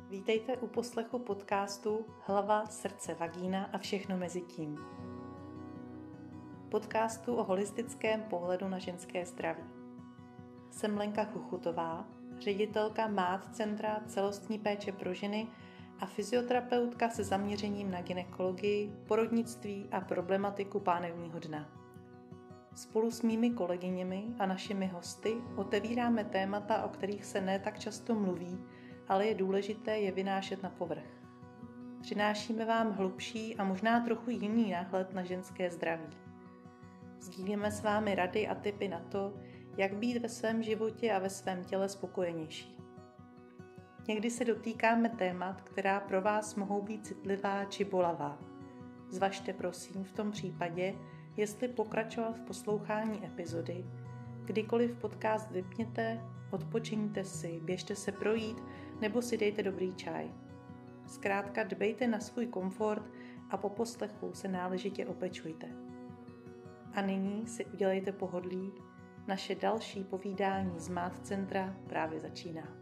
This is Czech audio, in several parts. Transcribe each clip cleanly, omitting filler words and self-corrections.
Vítejte u poslechu podcastu Hlava, srdce, vagína a všechno mezi tím. Podcastu o holistickém pohledu na ženské zdraví. Jsem Lenka Chuchutová, ředitelka MÁT Centra celostní péče pro ženy a fyzioterapeutka se zaměřením na gynekologii, porodnictví a problematiku pánevního dna. Spolu s mými kolegyněmi a našimi hosty otevíráme témata, o kterých se ne tak často mluví, ale je důležité je vynášet na povrch. Přinášíme vám hlubší a možná trochu jiný náhled na ženské zdraví. Sdílíme s vámi rady a tipy na to, jak být ve svém životě a ve svém těle spokojenější. Někdy se dotýkáme témat, která pro vás mohou být citlivá či bolavá. Zvažte prosím v tom případě, jestli pokračovat v poslouchání epizody, kdykoliv podcast vypněte, odpočiňte si, běžte se projít nebo si dejte dobrý čaj. Zkrátka dbejte na svůj komfort a po poslechu se náležitě opečujte. A nyní si udělejte pohodlí, naše další povídání z MÁT Centra právě začíná.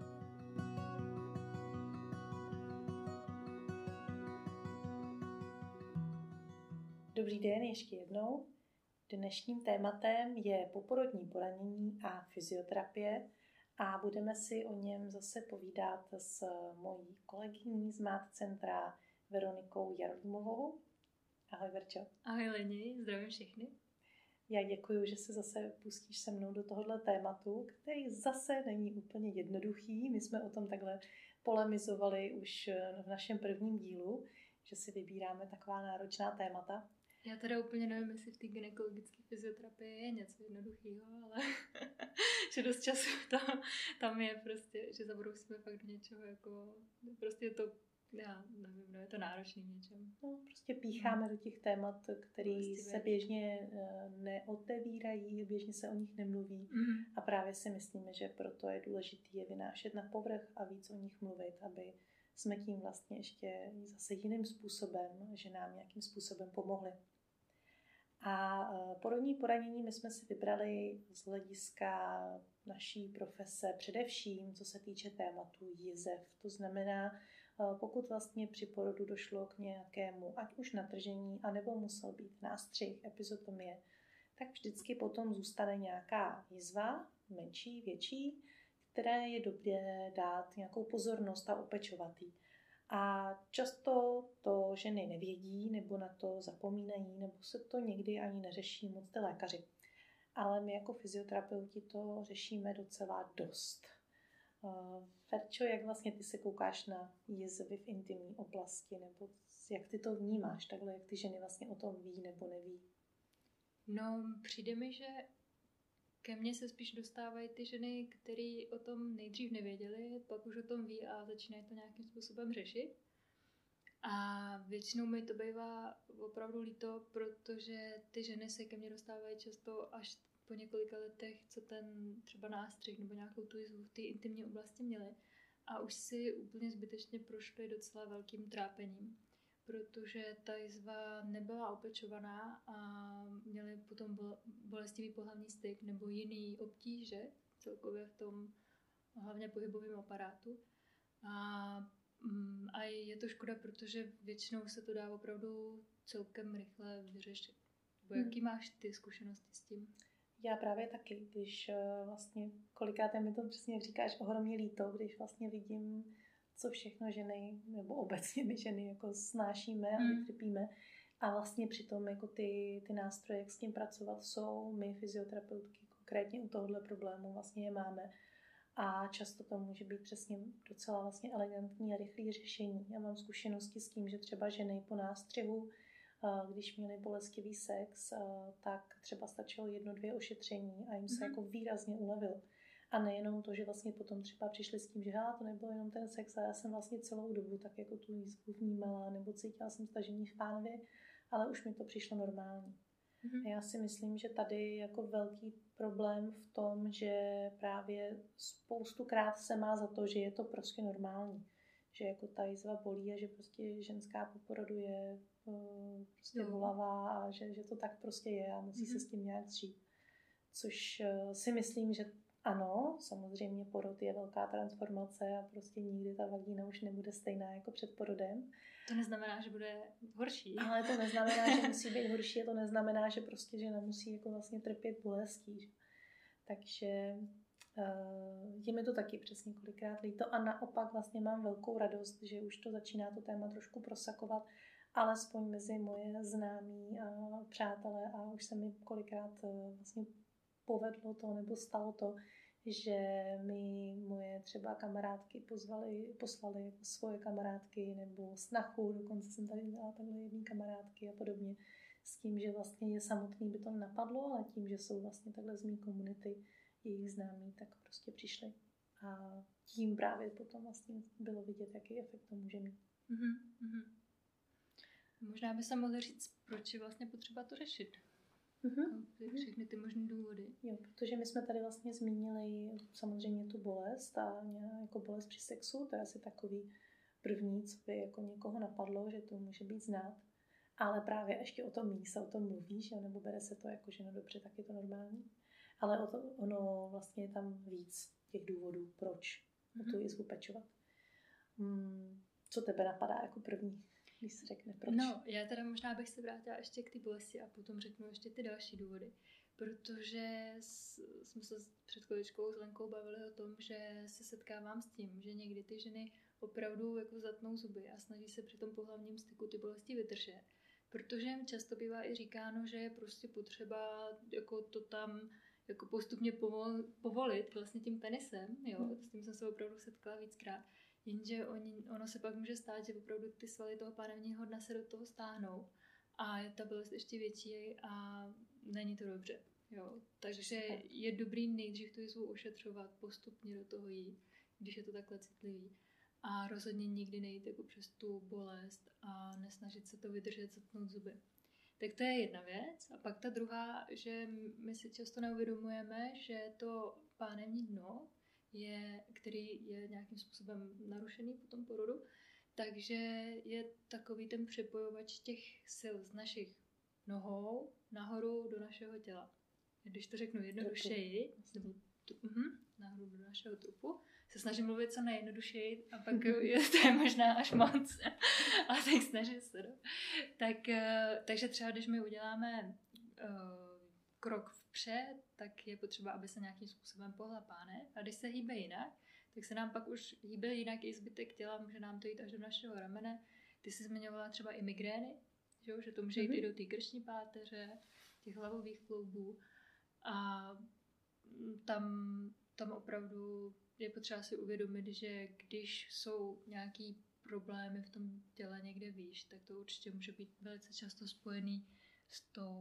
Dobrý den ještě jednou. Dnešním tématem je poporodní poranění a fyzioterapie a budeme si o něm zase povídat s mojí kolegyní z MÁT Centra Veronikou Jarolímovou. Ahoj Verčo. Ahoj Leni, zdravím všechny. Já děkuji, že se zase pustíš se mnou do tohohle tématu, který zase není úplně jednoduchý. My jsme o tom takhle polemizovali už v našem prvním dílu, že si vybíráme taková náročná témata. Já teda úplně nevím, jestli v té gynekologické fyzioterapii je něco jednoduchého, ale že dost času tam je prostě, že zabrousíme fakt do něčeho jako, prostě to, já nevím, no je to náročný v něčem. No, prostě pícháme do těch témat, které se běžně neotevírají, běžně se o nich nemluví a právě si myslíme, že proto je důležité je vynášet na povrch a víc o nich mluvit, aby jsme tím vlastně ještě zase jiným způsobem, že nám nějakým způsobem pomohli. A porodní poranění my jsme si vybrali z hlediska naší profese především, co se týče tématu jizev. To znamená, pokud vlastně při porodu došlo k nějakému, ať už natržení, anebo musel být nástřih, epizotomie, tak vždycky potom zůstane nějaká jizva, menší, větší, které je dobré dát nějakou pozornost a opečovat jí. A často to ženy nevědí, nebo na to zapomínají, nebo se to někdy ani neřeší moc ty lékaři. Ale my jako fyzioterapeuti to řešíme docela dost. Verčo, jak vlastně ty se koukáš na jizvy v intimní oblasti, nebo jak ty to vnímáš, takhle jak ty ženy vlastně o tom ví nebo neví? No, přijde mi, že ke mně se spíš dostávají ty ženy, které o tom nejdřív nevěděly, pak už o tom ví a začínají to nějakým způsobem řešit. A většinou mi to bývá opravdu líto, protože ty ženy se ke mně dostávají často až po několika letech, co ten třeba nástřih nebo nějakou tu jizvu v té intimní oblasti měly. A už si úplně zbytečně prošly docela velkým trápením, protože ta jizva nebyla opečovaná a měly potom bolestivý pohlavní styk nebo jiný obtíže celkově v tom hlavně pohybovém aparátu. A je to škoda, protože většinou se to dá opravdu celkem rychle vyřešit. Nebo jaký máš ty zkušenosti s tím? Já právě taky, když vlastně kolikrát mi to přesně říkáš ohromně líto, když vlastně vidím, co všechno ženy, nebo obecně my ženy jako snášíme a vytrpíme. A vlastně přitom jako ty nástroje, jak s tím pracovat, jsou my fyzioterapeutky konkrétně u tohohle problému vlastně je máme. A často to může být přesně docela vlastně elegantní a rychlé řešení. Já mám zkušenosti s tím, že třeba ženy po nástřihu, když měly bolestivý sex, tak třeba stačilo 1-2 ošetření a jim se jako výrazně ulevilo. A nejenom to, že vlastně potom třeba přišli s tím, že to nebyl jenom ten sex a já jsem vlastně celou dobu tak jako tu jízvu vnímala nebo cítila jsem stažení v pánvi, ale už mi to přišlo normální. A já si myslím, že tady je jako velký problém v tom, že právě spoustukrát se má za to, že je to prostě normální. Že jako ta jizva bolí a že prostě ženská po porodu je prostě bolavá a že to tak prostě je a musí se s tím nějak zžít. Což si myslím, že Ano, samozřejmě porod je velká transformace a prostě nikdy ta vagína už nebude stejná jako před porodem. To neznamená, že bude horší. Ale to neznamená, že musí být horší, a to neznamená, že prostě žena musí jako vlastně trpět bolestí. Že? Takže je mi to taky přes několikrát líto a naopak vlastně mám velkou radost, že už to začíná to téma trošku prosakovat, alespoň mezi moje známí a přátelé, a už se mi kolikrát vlastně povedlo to nebo stalo to, že mi moje třeba kamarádky poslali svoje kamarádky nebo snachu, dokonce jsem tady měla takhle jedné kamarádky a podobně, s tím, že vlastně je samotný by to napadlo, ale tím, že jsou vlastně takhle z mý komunity jejich známí, tak prostě přišli. A tím právě potom vlastně bylo vidět, jaký efekt to může mít. Mm-hmm. Možná by se mohlo říct, proč je vlastně potřeba to řešit. Všechny ty možné důvody. Jo, protože my jsme tady vlastně zmínili samozřejmě tu bolest a jako bolest při sexu, to je asi takový první, co by jako někoho napadlo, že to může být znát. Ale právě ještě o tom míň se o tom mluví, že? Nebo bere se to jako, že no dobře, tak je to normální. Ale ono vlastně je tam víc těch důvodů, proč o tu jizvu pečovat. Co tebe napadá jako první, když se řekne proč? No, já teda možná bych se vrátila ještě k té bolesti a potom řeknu ještě ty další důvody. Protože jsme se před chviličkou s Lenkou bavili o tom, že se setkávám s tím, že někdy ty ženy opravdu jako zatnou zuby a snaží se při tom pohlavním styku ty bolesti vydržet. Protože jim často bývá i říkáno, že je prostě potřeba jako to tam jako postupně povolit vlastně tím penisem, jo, s tím jsem se opravdu setkala víckrát, jenže ono se pak může stát, že opravdu ty svaly toho pánevního dna se do toho stáhnou a ta bolest ještě větší a není to dobře, jo, takže je dobrý nejdřív tu jizvu ošetřovat, postupně do toho jít, když je to takhle citlivý. A rozhodně nikdy nejít jako přes tu bolest a nesnažit se to vydržet, zatnout zuby. Tak to je jedna věc. A pak ta druhá, že my si často neuvědomujeme, že to pánevní dno, který je nějakým způsobem narušený po tom porodu, takže je takový ten přepojovač těch sil z našich nohou nahoru do našeho těla. Když to řeknu jednodušeji, nebo nahoru do našeho trupu, se snažím mluvit co nejjednodušeji a pak to je možná až moc, ale tak snažím se. No. Takže třeba, když my uděláme krok vpřed, tak je potřeba, aby se nějakým způsobem pohla pánev. A když se hýbe jinak, tak se nám pak už hýbe jinak i zbytek těla, může nám to jít až do našeho ramene. Ty jsi zmiňovala třeba i migrény, že to může jít i do té krční páteře, těch hlavových kloubů. A tam opravdu je potřeba si uvědomit, že když jsou nějaký problémy v tom těle někde výš, tak to určitě může být velice často spojený s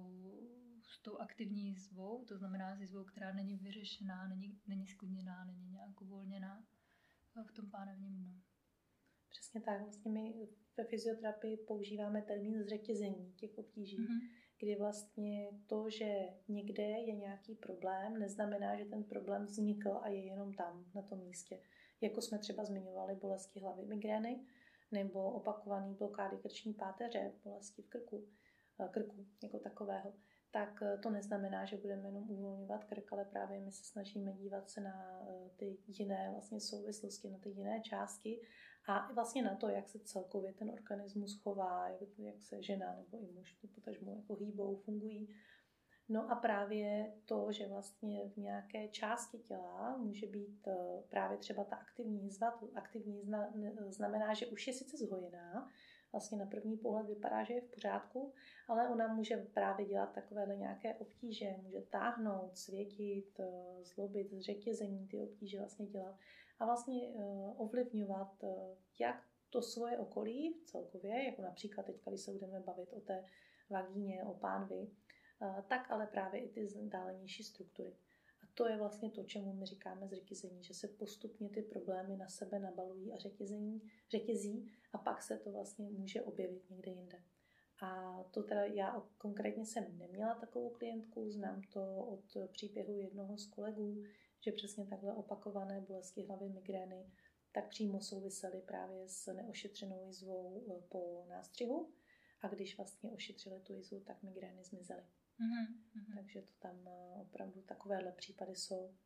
tou aktivní jizvou, to znamená s jizvou, která není vyřešená, není sklidněná, není nějak uvolněná v tom pánevním dnu. Přesně tak. Vlastně my ve fyzioterapii používáme termín zřetězení těch obtíží, kdy vlastně to, že někde je nějaký problém, neznamená, že ten problém vznikl a je jenom tam, na tom místě. Jako jsme třeba zmiňovali bolesti hlavy, migrény, nebo opakovaný blokády krční páteře, bolesti v krku jako takového. Tak to neznamená, že budeme jenom uvolňovat krk, ale právě my se snažíme dívat se na ty jiné vlastně souvislosti, na ty jiné části a vlastně na to, jak se celkově ten organismus chová, jak se žena nebo i muž potažmo jako hýbou, fungují. No a právě to, že vlastně v nějaké části těla může být právě třeba ta aktivní jizva. Aktivní znamená, že už je sice zhojená, vlastně na první pohled vypadá, že je v pořádku, ale ona může právě dělat takovéhle nějaké obtíže, může táhnout, světit, zlobit, zřetězení ty obtíže vlastně dělat a vlastně ovlivňovat jak to svoje okolí celkově, jako například teď, když se budeme bavit o té vagíně, o pánvi, tak ale právě i ty dálenější struktury. A to je vlastně to, čemu my říkáme zřetězení, že se postupně ty problémy na sebe nabalují a řetězí a pak se to vlastně může objevit někde jinde. A to teda já konkrétně jsem neměla takovou klientku, znám to od příběhu jednoho z kolegů, že přesně takhle opakované bolesti hlavy, migrény, tak přímo souvisely právě s neošetřenou jizvou po nástřihu. A když vlastně ošetřili tu jizvu, tak migrény zmizely. Takže to tam opravdu takovéhle případy jsou.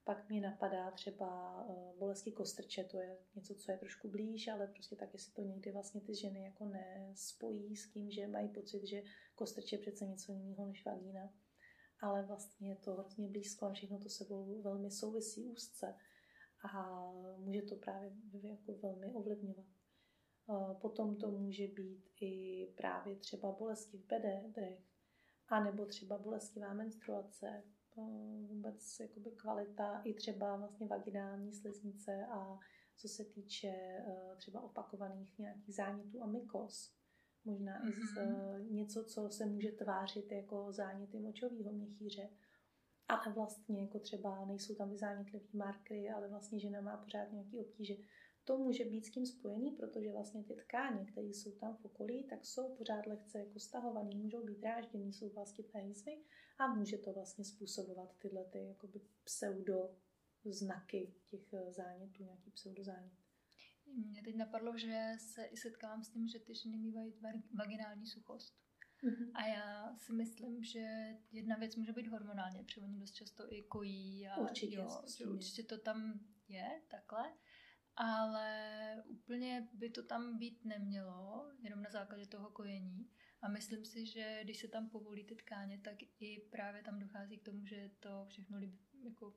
Pak mě napadá třeba bolesti kostrče, to je něco, co je trošku blíž, ale prostě taky si to někdy vlastně ty ženy jako nespojí s tím, že mají pocit, že kostrč je přece něco jiného než vagína. Ale vlastně je to hrozně blízko a všechno to sebou velmi souvisí úzce a může to právě jako velmi ovlivňovat. Potom to může být i právě třeba bolesti v bedrech, anebo třeba bolestivá menstruace, vůbec jakoby kvalita i třeba vlastně vaginální sliznice a co se týče třeba opakovaných nějakých zánětů a mykóz. Možná i něco, co se může tvářit jako záněty močového měchýře. Ale vlastně jako třeba nejsou tam ty zánětlivé markery, ale vlastně žena má pořád nějaké obtíže. To může být s tím spojený, protože vlastně ty tkáně, které jsou tam v okolí, tak jsou pořád lehce jako stahované, můžou být drážděný, jsou vlastité jizvy a může to vlastně způsobovat tyhle ty jakoby pseudo znaky těch zánětů, nějaký pseudozánět. Mě teď napadlo, že se i setkávám s tím, že ty ženy mývají vaginální suchost. A já si myslím, že jedna věc může být hormonálně, protože oni dost často i kojí a určitě to tam je takhle, ale úplně by to tam být nemělo, jenom na základě toho kojení. A myslím si, že když se tam povolí ty tkáně, tak i právě tam dochází k tomu, že to všechno jako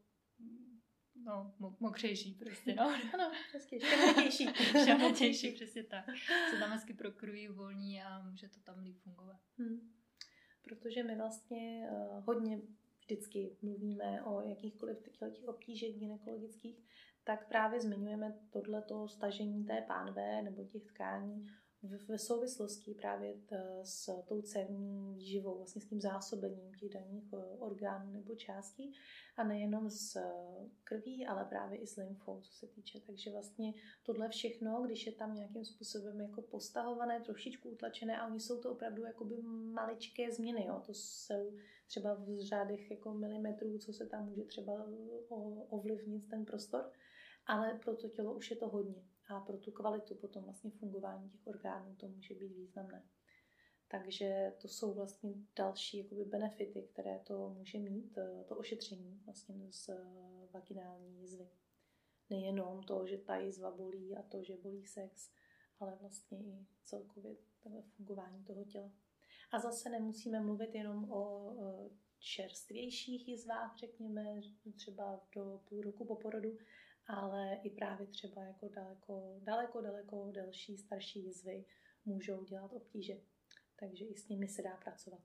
mokřejší prostě, no. Ano, přesně, šťavnatější. Šťavnatější, přesně tak. Se tam hezky prokrují, uvolní a může to tam líp fungovat. Protože my vlastně hodně vždycky mluvíme o jakýchkoliv těch obtížích gynekologických, tak právě zmiňujeme tohleto stažení té pánve nebo těch tkání v souvislosti právě s tou cévní výživou, vlastně s tím zásobením těch daných orgánů nebo částí a nejenom s krví, ale právě i s lymfou, co se týče. Takže vlastně tohle všechno, když je tam nějakým způsobem jako postahované, trošičku utlačené a oni jsou to opravdu jakoby maličké změny, jo. To jsou třeba v řádech jako milimetrů, co se tam může třeba ovlivnit ten prostor, ale pro to tělo už je to hodně. A pro tu kvalitu potom vlastně fungování těch orgánů to může být významné. Takže to jsou vlastně další jakoby benefity, které to může mít, to ošetření vlastně z vaginální jizvy. Nejenom to, že ta jizva bolí a to, že bolí sex, ale vlastně i celkově fungování toho těla. A zase nemusíme mluvit jenom o čerstvějších jizvách, řekněme, třeba do půl roku po porodu, ale i právě třeba jako daleko delší, starší jizvy můžou dělat obtíže. Takže i s nimi se dá pracovat.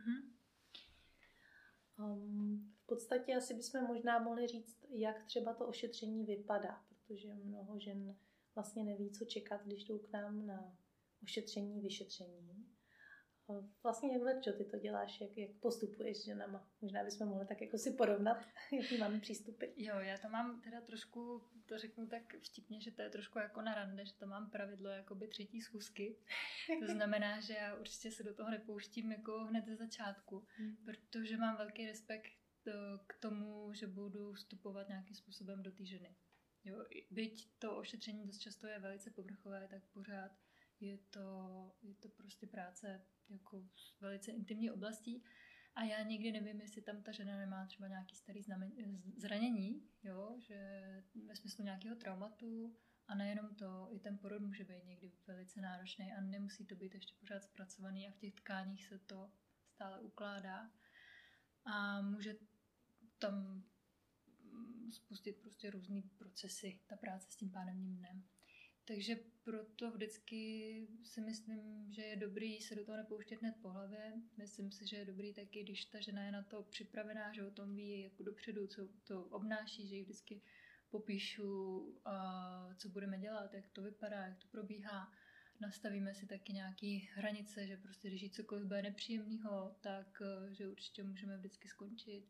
V podstatě asi bychom možná mohli říct, jak třeba to ošetření vypadá, protože mnoho žen vlastně neví, co čekat, když jdou k nám na ošetření, vyšetření. Vlastně Verčo, ty to děláš, jak postupuješ s ženama. Možná bychom mohli tak jako si porovnat, jaký máme přístupy. Jo, já to mám teda trošku, to řeknu tak vtipně, že to je trošku jako na rande, že to mám pravidlo jakoby 3. schůzky. To znamená, že já určitě se do toho nepouštím jako hned ze začátku, protože mám velký respekt k tomu, že budu vstupovat nějakým způsobem do té ženy. Jo, byť to ošetření dost často je velice povrchové, tak pořád je to prostě práce jako velice intimní oblastí a já nikdy nevím, jestli tam ta žena nemá třeba nějaký starý zranění, jo, že ve smyslu nějakého traumatu a nejenom to, i ten porod může být někdy velice náročný a nemusí to být ještě pořád zpracovaný a v těch tkáních se to stále ukládá a může tam spustit prostě různý procesy, ta práce s tím pánevním dnem. Takže proto vždycky si myslím, že je dobrý se do toho nepouštět hned po hlavě. Myslím si, že je dobrý taky, když ta žena je na to připravená, že o tom ví jako dopředu, co to obnáší, že jí vždycky popíšu, co budeme dělat, jak to vypadá, jak to probíhá. Nastavíme si taky nějaké hranice, že prostě když jí cokoliv bude nepříjemného, tak že určitě můžeme vždycky skončit.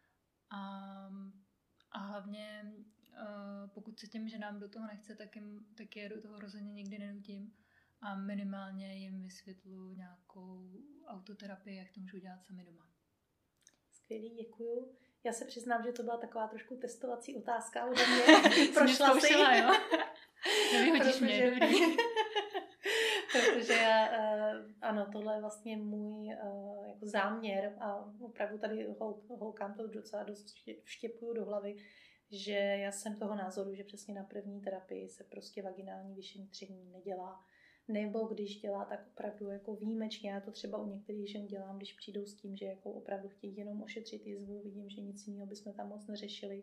A hlavně pokud se těm ženám do toho nechce, tak je do toho rozhodně nikdy nenutím a minimálně jim vysvětlu nějakou autoterapii, jak to můžu dělat sami doma. Skvělý, děkuju. Já se přiznám, že to byla taková trošku testovací otázka ode mě. Prošla si. Jo? Nevyhodíš mě, dobrý. Protože ano, tohle je vlastně můj jako záměr a opravdu tady holkám to docela dost vštěpuju do hlavy, že já jsem toho názoru, že přesně na první terapii se prostě vaginální vyšetření nedělá. Nebo když dělá, tak opravdu jako výjimečně. Já to třeba u některých žen dělám, když přijdou s tím, že jako opravdu chtějí jenom ošetřit jizvu, vidím, že nic jiného bychom tam moc neřešili.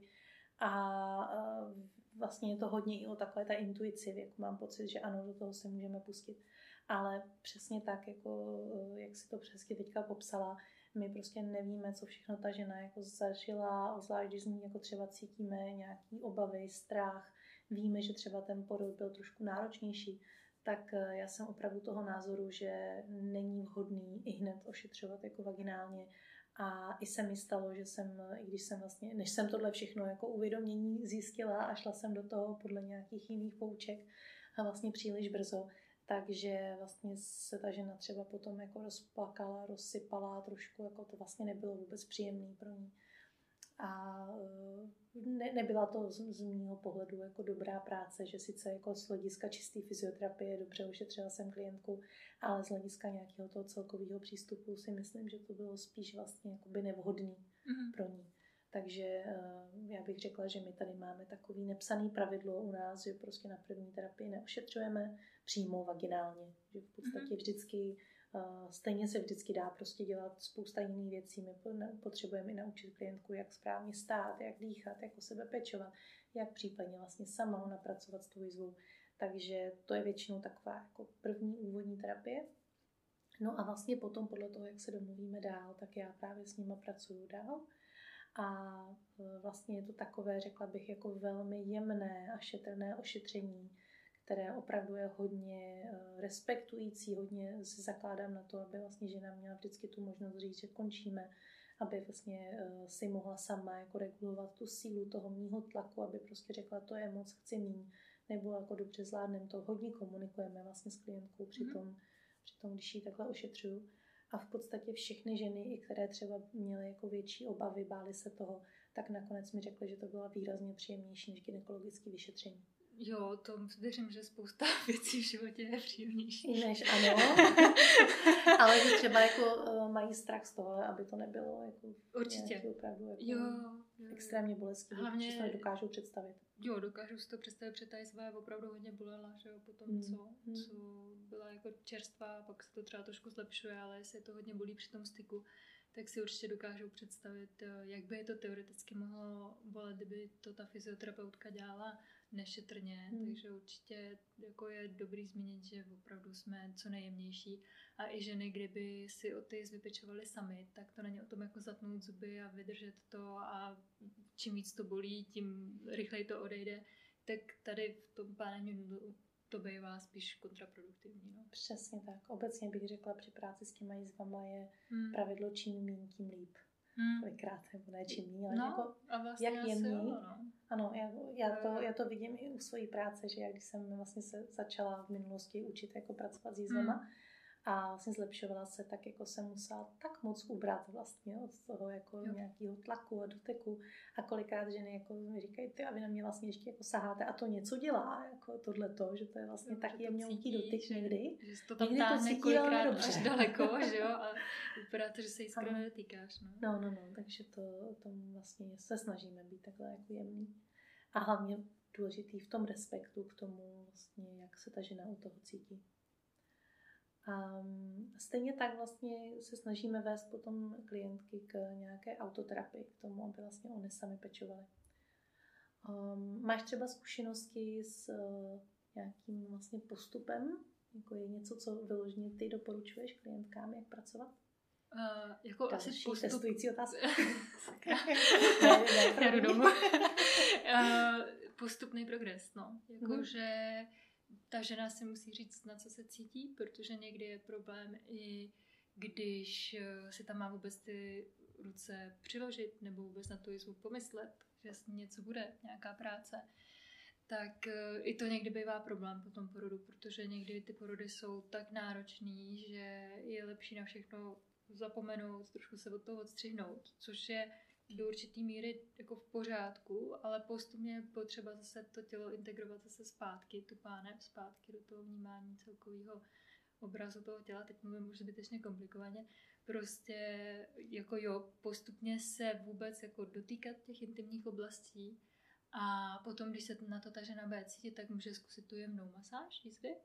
A vlastně je to hodně i o takové ta intuici, jako mám pocit, že ano, do toho se můžeme pustit. Ale přesně tak, jako jak si to přesně teďka popsala, my prostě nevíme, co všechno ta žena jako zažila, zvlášť když z ní jako třeba cítíme nějaký obavy, strach, víme, že třeba ten porod byl trošku náročnější, tak já jsem opravdu toho názoru, že není vhodný i hned ošetřovat jako vaginálně. A i se mi stalo, že jsem, i když jsem vlastně, než jsem tohle všechno jako uvědomění zjistila a šla jsem do toho podle nějakých jiných pouček a vlastně příliš brzo, takže vlastně se ta žena třeba potom jako rozplakala, rozsypala trošku, jako to vlastně nebylo vůbec příjemný pro ní. A nebyla to z mýho pohledu jako dobrá práce, že sice jako z hlediska čisté fyzioterapie dobře ošetřila jsem klientku, ale z hlediska nějakého toho celkového přístupu si myslím, že to bylo spíš vlastně jakoby nevhodný pro ní. Takže já bych řekla, že my tady máme takový nepsaný pravidlo u nás, že prostě na první terapii neošetřujeme přímo vaginálně. Že v podstatě vždycky, stejně se vždycky dá prostě dělat spousta jiných věcí. My potřebujeme i naučit klientku, jak správně stát, jak dýchat, jak o sebe pečovat, jak případně vlastně sama napracovat s tou jizvou. Takže to je většinou taková jako první úvodní terapie. No a vlastně potom podle toho, jak se domluvíme dál, tak já právě s nima pracuju dál. A vlastně je to takové, řekla bych, jako velmi jemné a šetrné ošetření, které opravdu je hodně respektující, hodně si zakládám na to, aby vlastně žena měla vždycky tu možnost říct, že končíme, aby vlastně si mohla sama jako regulovat tu sílu toho mýho tlaku, aby prostě řekla, to je moc, chci míň, nebo jako dobře zvládnem to. Hodně komunikujeme vlastně s klientkou při tom, když ji takhle ošetřuju. A v podstatě všechny ženy, i které třeba měly jako větší obavy, bály se toho, tak nakonec mi řekly, že to bylo výrazně příjemnější než gynekologické vyšetření. Jo, to věřím, že spousta věcí v životě je příjemnější. Než ano, ale že třeba jako mají strach z toho, aby to nebylo jako určitě opravdu jako jo. extrémně bolestivé, hlavně že to nedokážou představit. Jo, dokážu si to představit, protože ta jizva opravdu hodně bolela, že jo, potom co byla jako čerstvá, pak se to třeba trošku zlepšuje, ale jestli to hodně bolí při tom styku, tak si určitě dokážou představit, jak by je to teoreticky mohlo bolet, kdyby to ta fyzioterapeutka dělala nešetrně, takže určitě jako je dobrý zmínit, že opravdu jsme co nejjemnější a i ženy, kdyby si o ty jizvy pečovaly sami, tak to není o tom jako zatnout zuby a vydržet to a čím víc to bolí, tím rychleji to odejde, tak tady v tom pánení to bývá spíš kontraproduktivní. No. Přesně tak. Obecně bych řekla, při práci s těma jizvama je pravidlo čím míň, tím líp. Kolikrát, nebo ne čím míň, ale jako vlastně jak jemný. no. Ano, já to vidím i u své práce, že jak když jsem vlastně se začala v minulosti učit jako pracovat s jizvama a vlastně zlepšovala se, tak jako jsem musela tak moc ubrat vlastně od toho jako nějakého tlaku a doteku a kolikrát ženy jako mi říkají, ty a vy na mě vlastně ještě jako saháte a to něco dělá, jako tohleto, že to je vlastně tak jemňouký dotyk někdy. Že to tam táhne kolikrát až daleko, že jo, a vypadá to, že se jí skoro netýkáš. No, takže to vlastně se snažíme být takhle jako jemný. A hlavně důležitý v tom respektu k tomu vlastně, jak se ta žena u toho cítí. A stejně tak vlastně se snažíme vést potom klientky k nějaké autoterapii, k tomu, aby vlastně oni sami pečovaly. Máš třeba zkušenosti s nějakým vlastně postupem? Jako je něco, co vyloženě ty doporučuješ klientkám, jak pracovat? Jako další asi postup... testující otázka. Já jdu domů. Postupný progres, no. Jakože ta žena si musí říct, na co se cítí, protože někdy je problém i když si tam má vůbec ty ruce přiložit nebo vůbec na tu jizvu pomyslet, že s ní něco bude, nějaká práce. Tak i to někdy bývá problém po tom porodu, protože někdy ty porody jsou tak náročný, že je lepší na všechno zapomenout, trošku se od toho odstřihnout, což je do určitý míry jako v pořádku, ale postupně je potřeba zase to tělo integrovat zase zpátky, tu pánev zpátky do toho vnímání celkového obrazu toho těla. Teď mluvím už zbytečně komplikovaně. Prostě jako postupně se vůbec jako dotýkat těch intimních oblastí A potom, když se na to ta žena bude cítit, tak může zkusit tu jemnou masáž jizvy.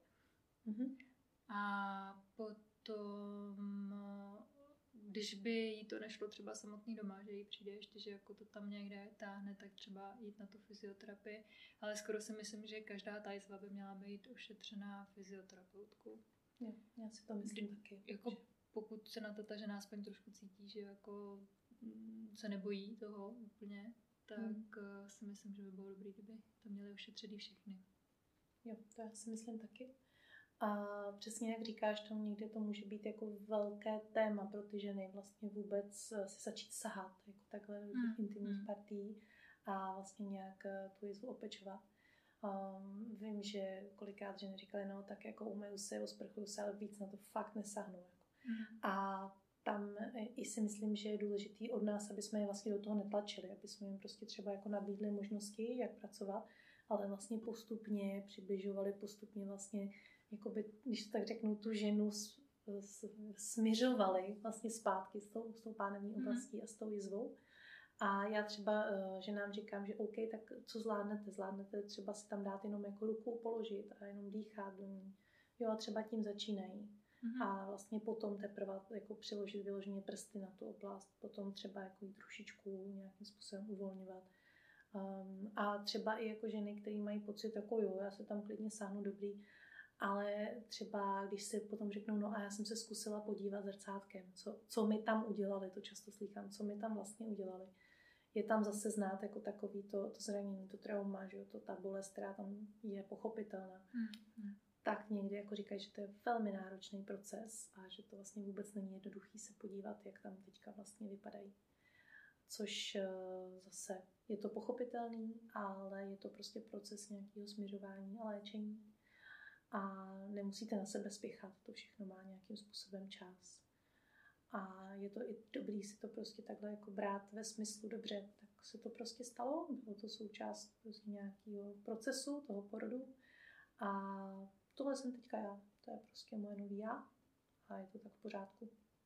A potom, když by jí to nešlo třeba samotný doma, že jí přijde ještě, že jako to tam někde táhne, tak třeba jít na tu fyzioterapii. Ale skoro si myslím, že každá ta jizva by měla být ošetřená fyzioterapeutkou. Jo, já si to myslím taky. Jako pokud se na to ta žena aspoň trošku cítí, že jako se nebojí toho úplně, tak si myslím, že by bylo dobré, kdyby to měly ošetřit i všechny. Jo, to já si myslím taky. A přesně jak říkáš, to někdy to může být jako velké téma pro ty ženy, vlastně vůbec si začít sahat jako takhle do těch intimních partií a vlastně nějak tu jizvu opečovat. Vím, že kolikrát ženy říkaly, no tak jako umyju se, osprchuju se, ale víc na to fakt nesáhnu. Jako. A tam i si myslím, že je důležitý od nás, aby jsme je vlastně do toho netlačili, aby jsme jim prostě třeba jako nabídli možnosti, jak pracovat, ale vlastně postupně přibližovali, postupně vlastně, jakoby, když tak řeknu, tu ženu směřovali vlastně zpátky s tou pánevní oblastí a s tou jizvou. A já třeba ženám říkám, že OK, tak co zvládnete? Zvládnete třeba si tam dát jenom jako ruku položit a jenom dýchat do ní. Jo, a třeba tím začínají. A vlastně potom teprve jako přiložit vyloženě prsty na tu oblast, potom třeba jako jí trošičku nějakým způsobem uvolňovat. A třeba i jako ženy, které mají pocit, jako jo, já se tam klidně sáhnu, dobrý, ale třeba když si potom řeknou, no a já jsem se zkusila podívat zrcátkem, co mi tam udělali, to často slýchám, co mi tam vlastně udělali. Je tam zase znát jako takový to zranění, to trauma, že jo, ta bolest, která tam je pochopitelná. Tak někdy jako říkají, že to je velmi náročný proces a že to vlastně vůbec není jednoduchý se podívat, jak tam teďka vlastně vypadají. Což zase je to pochopitelný, ale je to prostě proces nějakého směřování a léčení. A nemusíte na sebe spěchat, to všechno má nějakým způsobem čas. A je to i dobrý si to prostě takhle jako brát ve smyslu, dobře, tak se to prostě stalo, bylo to součást prostě nějakého procesu, toho porodu. A tohle jsem teďka já, to je prostě moje nový já a je to tak v pořádku.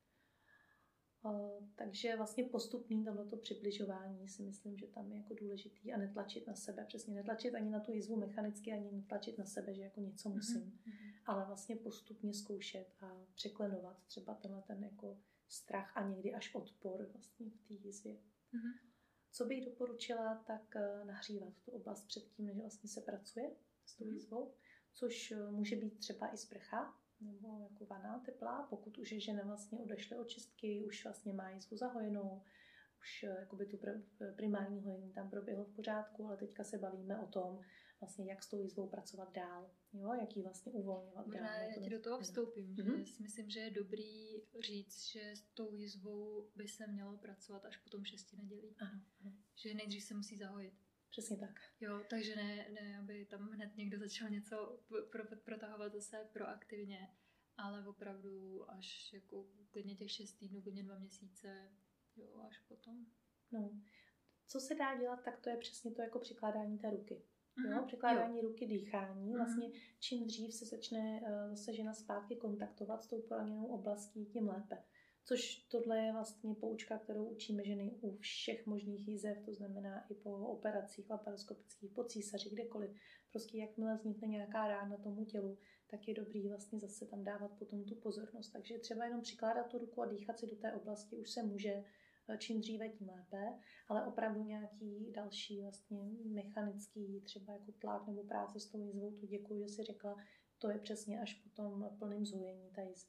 Takže vlastně postupný tohleto přibližování si myslím, že tam je jako důležitý a netlačit na sebe, přesně netlačit ani na tu jizvu mechanicky, ani netlačit na sebe, že jako něco musím, ale vlastně postupně zkoušet a překlenovat třeba tenhle ten jako strach a někdy až odpor vlastně v té jizvě. Co bych doporučila, tak nahřívat tu oblast předtím, než vlastně se pracuje s tou jizvou, což může být třeba i sprcha, nebo jako vana teplá, pokud už je žena vlastně odešly očistky, už vlastně má jizvu zahojenou, už jakoby tu primární hojení tam proběhlo v pořádku, ale teďka se bavíme o tom, vlastně jak s tou jizvou pracovat dál, jo, jak ji vlastně uvolňovat dál. Možná já ti do toho vstoupím, že si myslím, že je dobrý říct, že s tou jizvou by se mělo pracovat až po tom 6 nedělí. Ano. Že nejdřív se musí zahojit. Přesně tak. Jo, takže ne, aby tam hned někdo začal něco protahovat zase proaktivně, ale opravdu až jako klidně těch 6 týdnů, klidně 2 měsíce, jo, až potom. No, co se dá dělat, tak to je přesně to jako přikládání té ruky. Jo, přikládání ruky, dýchání. Vlastně čím dřív se začne zase žena zpátky kontaktovat s tou poraněnou oblastí, tím lépe. Což tohle je vlastně poučka, kterou učíme ženy u všech možných jizev, to znamená i po operacích laparoskopických, po císaři, kdekoliv. Prostě jakmile vznikne nějaká rána tomu tělu, tak je dobrý vlastně zase tam dávat potom tu pozornost. Takže třeba jenom přikládat tu ruku a dýchat si do té oblasti už se může, čím dříve, tím lépe, ale opravdu nějaký další vlastně mechanický, třeba jako tlak nebo práce s tou jizvou, to děkuji, že jsi řekla, to je přesně až po tom plném zhojení té jizvy.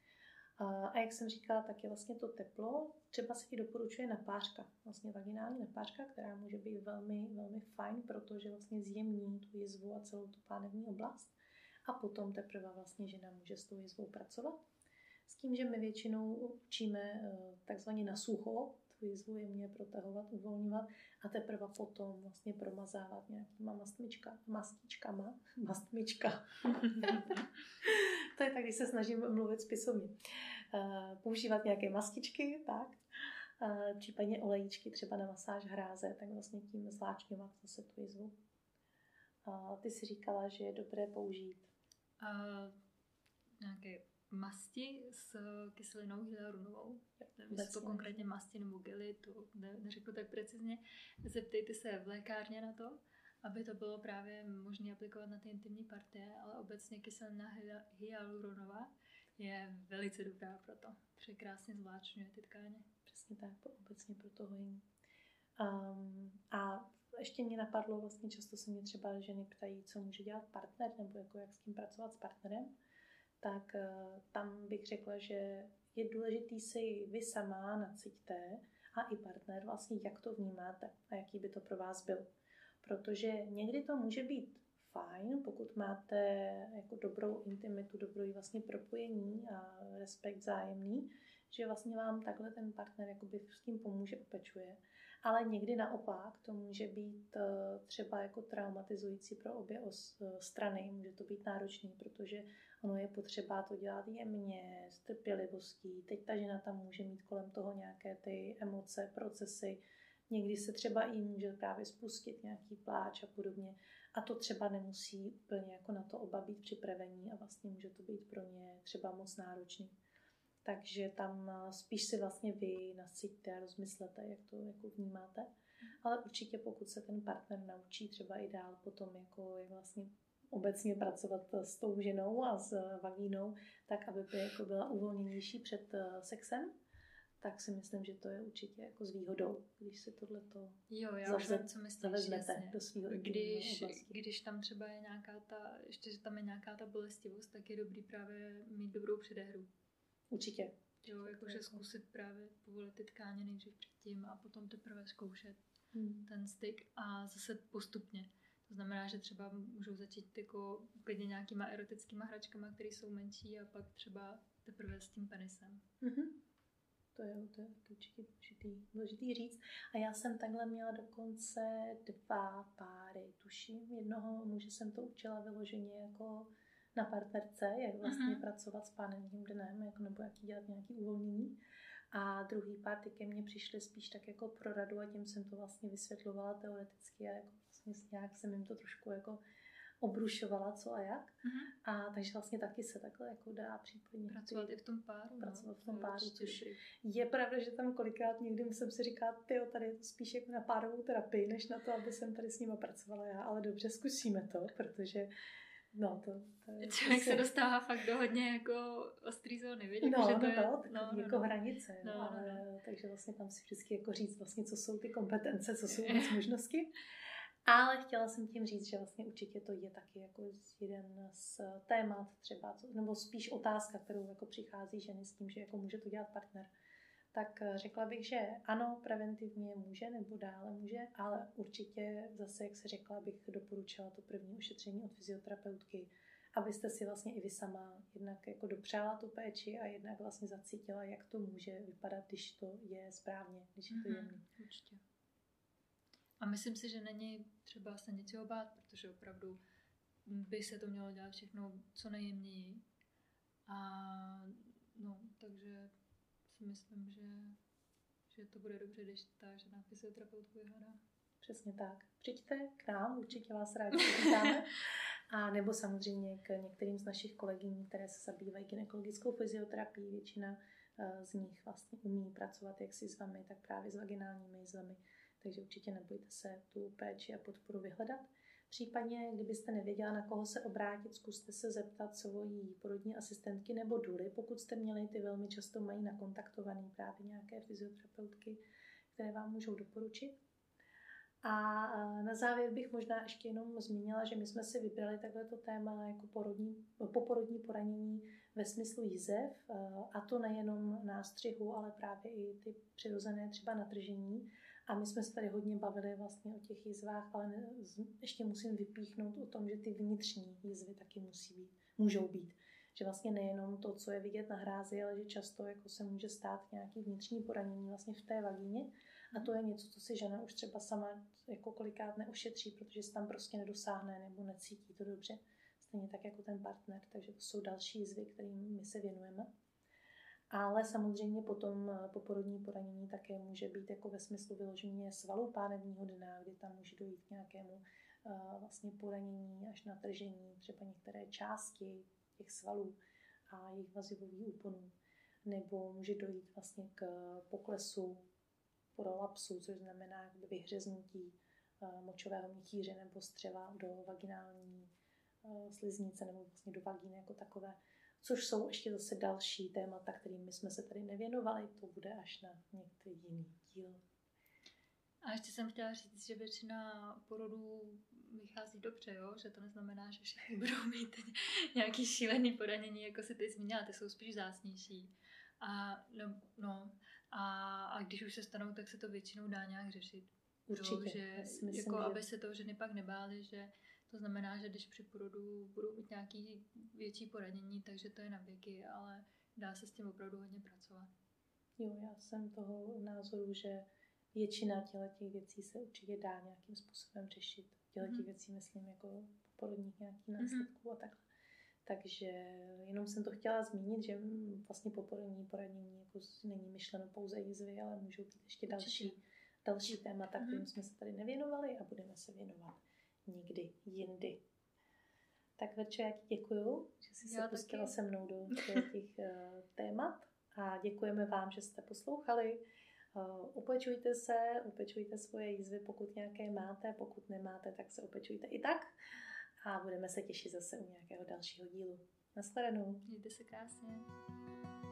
A jak jsem říkala, tak je vlastně to teplo. Třeba se ti doporučuje napářka, vlastně vaginální napářka, která může být velmi, velmi fajn, protože vlastně zjemní tu jizvu a celou tu pánevní oblast. A potom teprve vlastně žena může s tou jizvou pracovat. S tím, že my většinou učíme takzvaně na sucho, tu jizvu jemně protahovat, uvolňovat a teprve potom vlastně promazávat nějakýma mastmička. To je tak, když se snažím mluvit spisovně. Používat nějaké mastičky, tak, případně olejíčky třeba na masáž hráze, tak vlastně tím zvláčňovat zase tu jizvu. Ty si říkala, že je dobré použít nějaký masti s kyselinou hyaluronovou. Nevím, jestli to konkrétně masti nebo gely, to neřeknu tak precizně. Zeptejte se v lékárně na to, aby to bylo právě možné aplikovat na ty intimní partie, ale obecně kyselina hyaluronová je velice dobrá pro to. Překrásně zvláčňuje ty tkáně. Přesně tak, obecně pro to hojení. A ještě mě napadlo, vlastně často se mě třeba ženy ptají, co může dělat partner, nebo jako jak s tím pracovat s partnerem. Tak tam bych řekla, že je důležitý si vy sama naciťte a i partner vlastně, jak to vnímáte a jaký by to pro vás byl. Protože někdy to může být fajn, pokud máte jako dobrou intimitu, dobrý vlastně propojení a respekt vzájemný, že vlastně vám takhle ten partner jakoby s tím pomůže, opečuje. Ale někdy naopak to může být třeba jako traumatizující pro obě strany. Může to být náročný, protože ono je potřeba to dělat jemně, s trpělivostí. Teď ta žena tam může mít kolem toho nějaké ty emoce, procesy. Někdy se třeba i může právě spustit nějaký pláč a podobně. A to třeba nemusí úplně jako na to oba být připravení a vlastně může to být pro ně třeba moc náročný. Takže tam spíš si vlastně vy nasyťte a rozmyslete, jak to jako vnímáte. Ale určitě pokud se ten partner naučí třeba i dál potom, jako jak vlastně obecně pracovat s tou ženou a s vagínou, tak aby by jako byla uvolněnější před sexem, tak si myslím, že to je určitě jako s výhodou, když se tohleto zavezmete do svého když tam třeba je nějaká ta, ještě že tam je nějaká ta bolestivost, tak je dobrý právě mít dobrou předehru. Určitě. Jo, jakože zkusit právě povolit ty tkáně nejdřív předtím a potom teprve zkoušet ten styk a zase postupně. To znamená, že třeba můžou začít jako klidně nějakýma erotickýma hračkama, které jsou menší a pak třeba teprve s tím penisem. To je určitě důležitý říct. A já jsem takhle měla dokonce 2 páry, tuším. Jednoho muže jsem to učila vyloženě jako na partnerce, jak vlastně pracovat s pánevním dnem, jako, nebo jak dělat nějaký uvolnění. A druhý pár ty ke mně přišly spíš tak jako pro radu a tím jsem to vlastně vysvětlovala teoreticky a jako vlastně nějak jsem jim to trošku jako obrušovala, co a jak. A takže vlastně taky se takhle jako dá případně pracovat i v tom páru. Pracovat v tom páru, což je pravda, že tam kolikrát někdy musím si říkat, tyjo, tady je to spíš jako na párovou terapii, než na to, aby jsem tady s nima pracovala já, ale dobře, zkusíme to, protože to je... Člověk se dostává fakt do hodně jako ostrý zóny, vidíš? Jako hranice, ale takže vlastně tam si vždycky jako říct vlastně, co jsou ty kompetence, co jsou možnosti. Ale chtěla jsem tím říct, že vlastně určitě to je taky jako jeden z témat třeba, nebo spíš otázka, kterou jako přichází ženy s tím, že jako může to dělat partner. Tak řekla bych, že ano, preventivně může nebo dále může, ale určitě zase, jak se řekla, bych doporučila to první ošetření od fyzioterapeutky, abyste si vlastně i vy sama jednak jako dopřála tu péči a jednak vlastně zacítila, jak to může vypadat, když to je správně, když je to jemný. Určitě. A myslím si, že není třeba se ničeho bát, protože opravdu by se to mělo dělat všechno co nejjemněji. A takže si myslím, že to bude dobře, když ta žena fyzioterapeutku vyhledá. Přesně tak. Přijďte k nám, určitě vás rádi vítáme. A nebo samozřejmě k některým z našich kolegyň, které se zabývají gynekologickou fyzioterapií. Většina z nich vlastně umí pracovat jak s jizvami, tak právě s vaginálními jizvami. Takže určitě nebojte se tu péči a podporu vyhledat. Případně, kdybyste nevěděla, na koho se obrátit, zkuste se zeptat svojí porodní asistentky nebo duly, pokud jste měli, ty velmi často mají nakontaktovaný právě nějaké fyzioterapeutky, které vám můžou doporučit. A na závěr bych možná ještě jenom zmínila, že my jsme si vybrali takto téma jako poporodní poranění ve smyslu jizev, a to nejenom nástřihu, ale právě i ty přirozené třeba natržení. A my jsme se tady hodně bavili vlastně o těch jizvách, ale ještě musím vypíchnout o tom, že ty vnitřní jizvy taky můžou být. Že vlastně nejenom to, co je vidět na hrázi, ale že často jako se může stát nějaký vnitřní poranění vlastně v té vagíně. A to je něco, co si žena už třeba sama jako kolikrát neošetří, protože se tam prostě nedosáhne nebo necítí to dobře. Stejně tak jako ten partner. Takže to jsou další jizvy, kterým my se věnujeme. Ale samozřejmě potom poporodní poranění také může být jako ve smyslu vyloženě svalů pánevního dna, kdy tam může dojít k nějakému vlastně poranění až natržení, třeba některé části těch svalů. a jejich vazivových úponů. Nebo může dojít vlastně k poklesu prolapsu, což znamená jakoby vyhřeznutí močového měchýře nebo střeva do vaginální sliznice nebo vlastně do vagíny jako takové. Což jsou ještě zase další témata, kterými jsme se tady nevěnovali. To bude až na některý jiný díl. A ještě jsem chtěla říct, že většina porodů vychází dobře, jo? Že to neznamená, že všichni budou mít nějaký šílený poranění, jako si ty zmínila, ty jsou spíš vzácnější. A když už se stanou, tak se to většinou dá nějak řešit. Určitě. Jo? Že aby se toho ženy pak nebály, že to znamená, že když při porodu budou mít nějaký větší poranění, takže to je na věky, ale dá se s tím opravdu hodně pracovat. Jo, já jsem toho názoru, že většina těch věcí se určitě dá nějakým způsobem řešit. Těch věcí myslím jako porodních nějakých následků a takhle. Takže jenom jsem to chtěla zmínit, že vlastně poporodní poranění jako není myšleno pouze jizvy, ale můžou být ještě další témata, kterým jsme se tady nevěnovali a budeme se věnovat někdy jindy. Tak Verčo, já ti děkuju, že jsi se pustila se mnou do těch témat a děkujeme vám, že jste poslouchali. Upečujte svoje jizvy, pokud nějaké máte, pokud nemáte, tak se upečujte i tak a budeme se těšit zase u nějakého dalšího dílu. Naschledanou. Mějte se krásně.